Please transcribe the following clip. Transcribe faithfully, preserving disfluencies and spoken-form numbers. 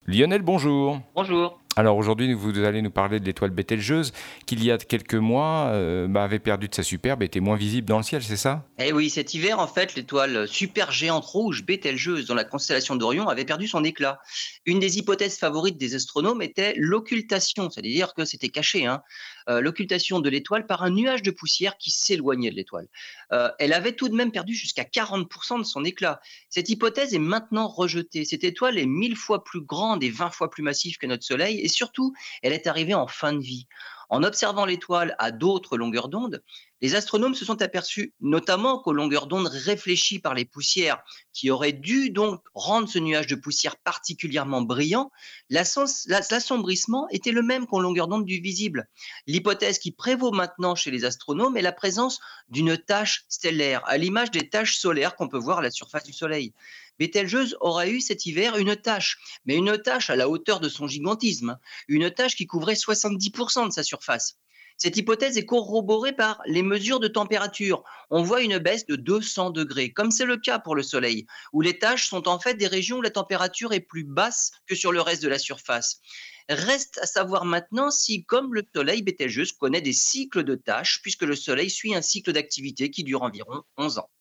Lionel, bonjour. Bonjour. Alors aujourd'hui, vous allez nous parler de l'étoile Bételgeuse, qui il y a quelques mois euh, bah, avait perdu de sa superbe et était moins visible dans le ciel, c'est ça? Eh oui, cet hiver, en fait, l'étoile supergéante rouge Bételgeuse dans la constellation d'Orion avait perdu son éclat. Une des hypothèses favorites des astronomes était l'occultation, c'est-à-dire que c'était caché, hein, euh, l'occultation de l'étoile par un nuage de poussière qui s'éloignait de l'étoile. Euh, elle avait tout de même perdu jusqu'à quarante pour cent de son éclat. Cette hypothèse est maintenant rejetée. Cette étoile est mille fois plus grande et vingt fois plus massive que notre Soleil, et surtout, elle est arrivée en fin de vie. En observant l'étoile à d'autres longueurs d'onde, les astronomes se sont aperçus notamment qu'aux longueurs d'onde réfléchies par les poussières, qui auraient dû donc rendre ce nuage de poussière particulièrement brillant, l'assens- la- l'assombrissement était le même qu'aux longueurs d'onde du visible. L'hypothèse qui prévaut maintenant chez les astronomes est la présence d'une tache stellaire, à l'image des taches solaires qu'on peut voir à la surface du Soleil. Bételgeuse aura eu cet hiver une tache, mais une tache à la hauteur de son gigantisme, une tache qui couvrait soixante-dix pour cent de sa surface. Cette hypothèse est corroborée par les mesures de température. On voit une baisse de deux cents degrés, comme c'est le cas pour le Soleil, où les taches sont en fait des régions où la température est plus basse que sur le reste de la surface. Reste à savoir maintenant si, comme le Soleil, Bételgeuse connaît des cycles de tâches, puisque le Soleil suit un cycle d'activité qui dure environ onze ans.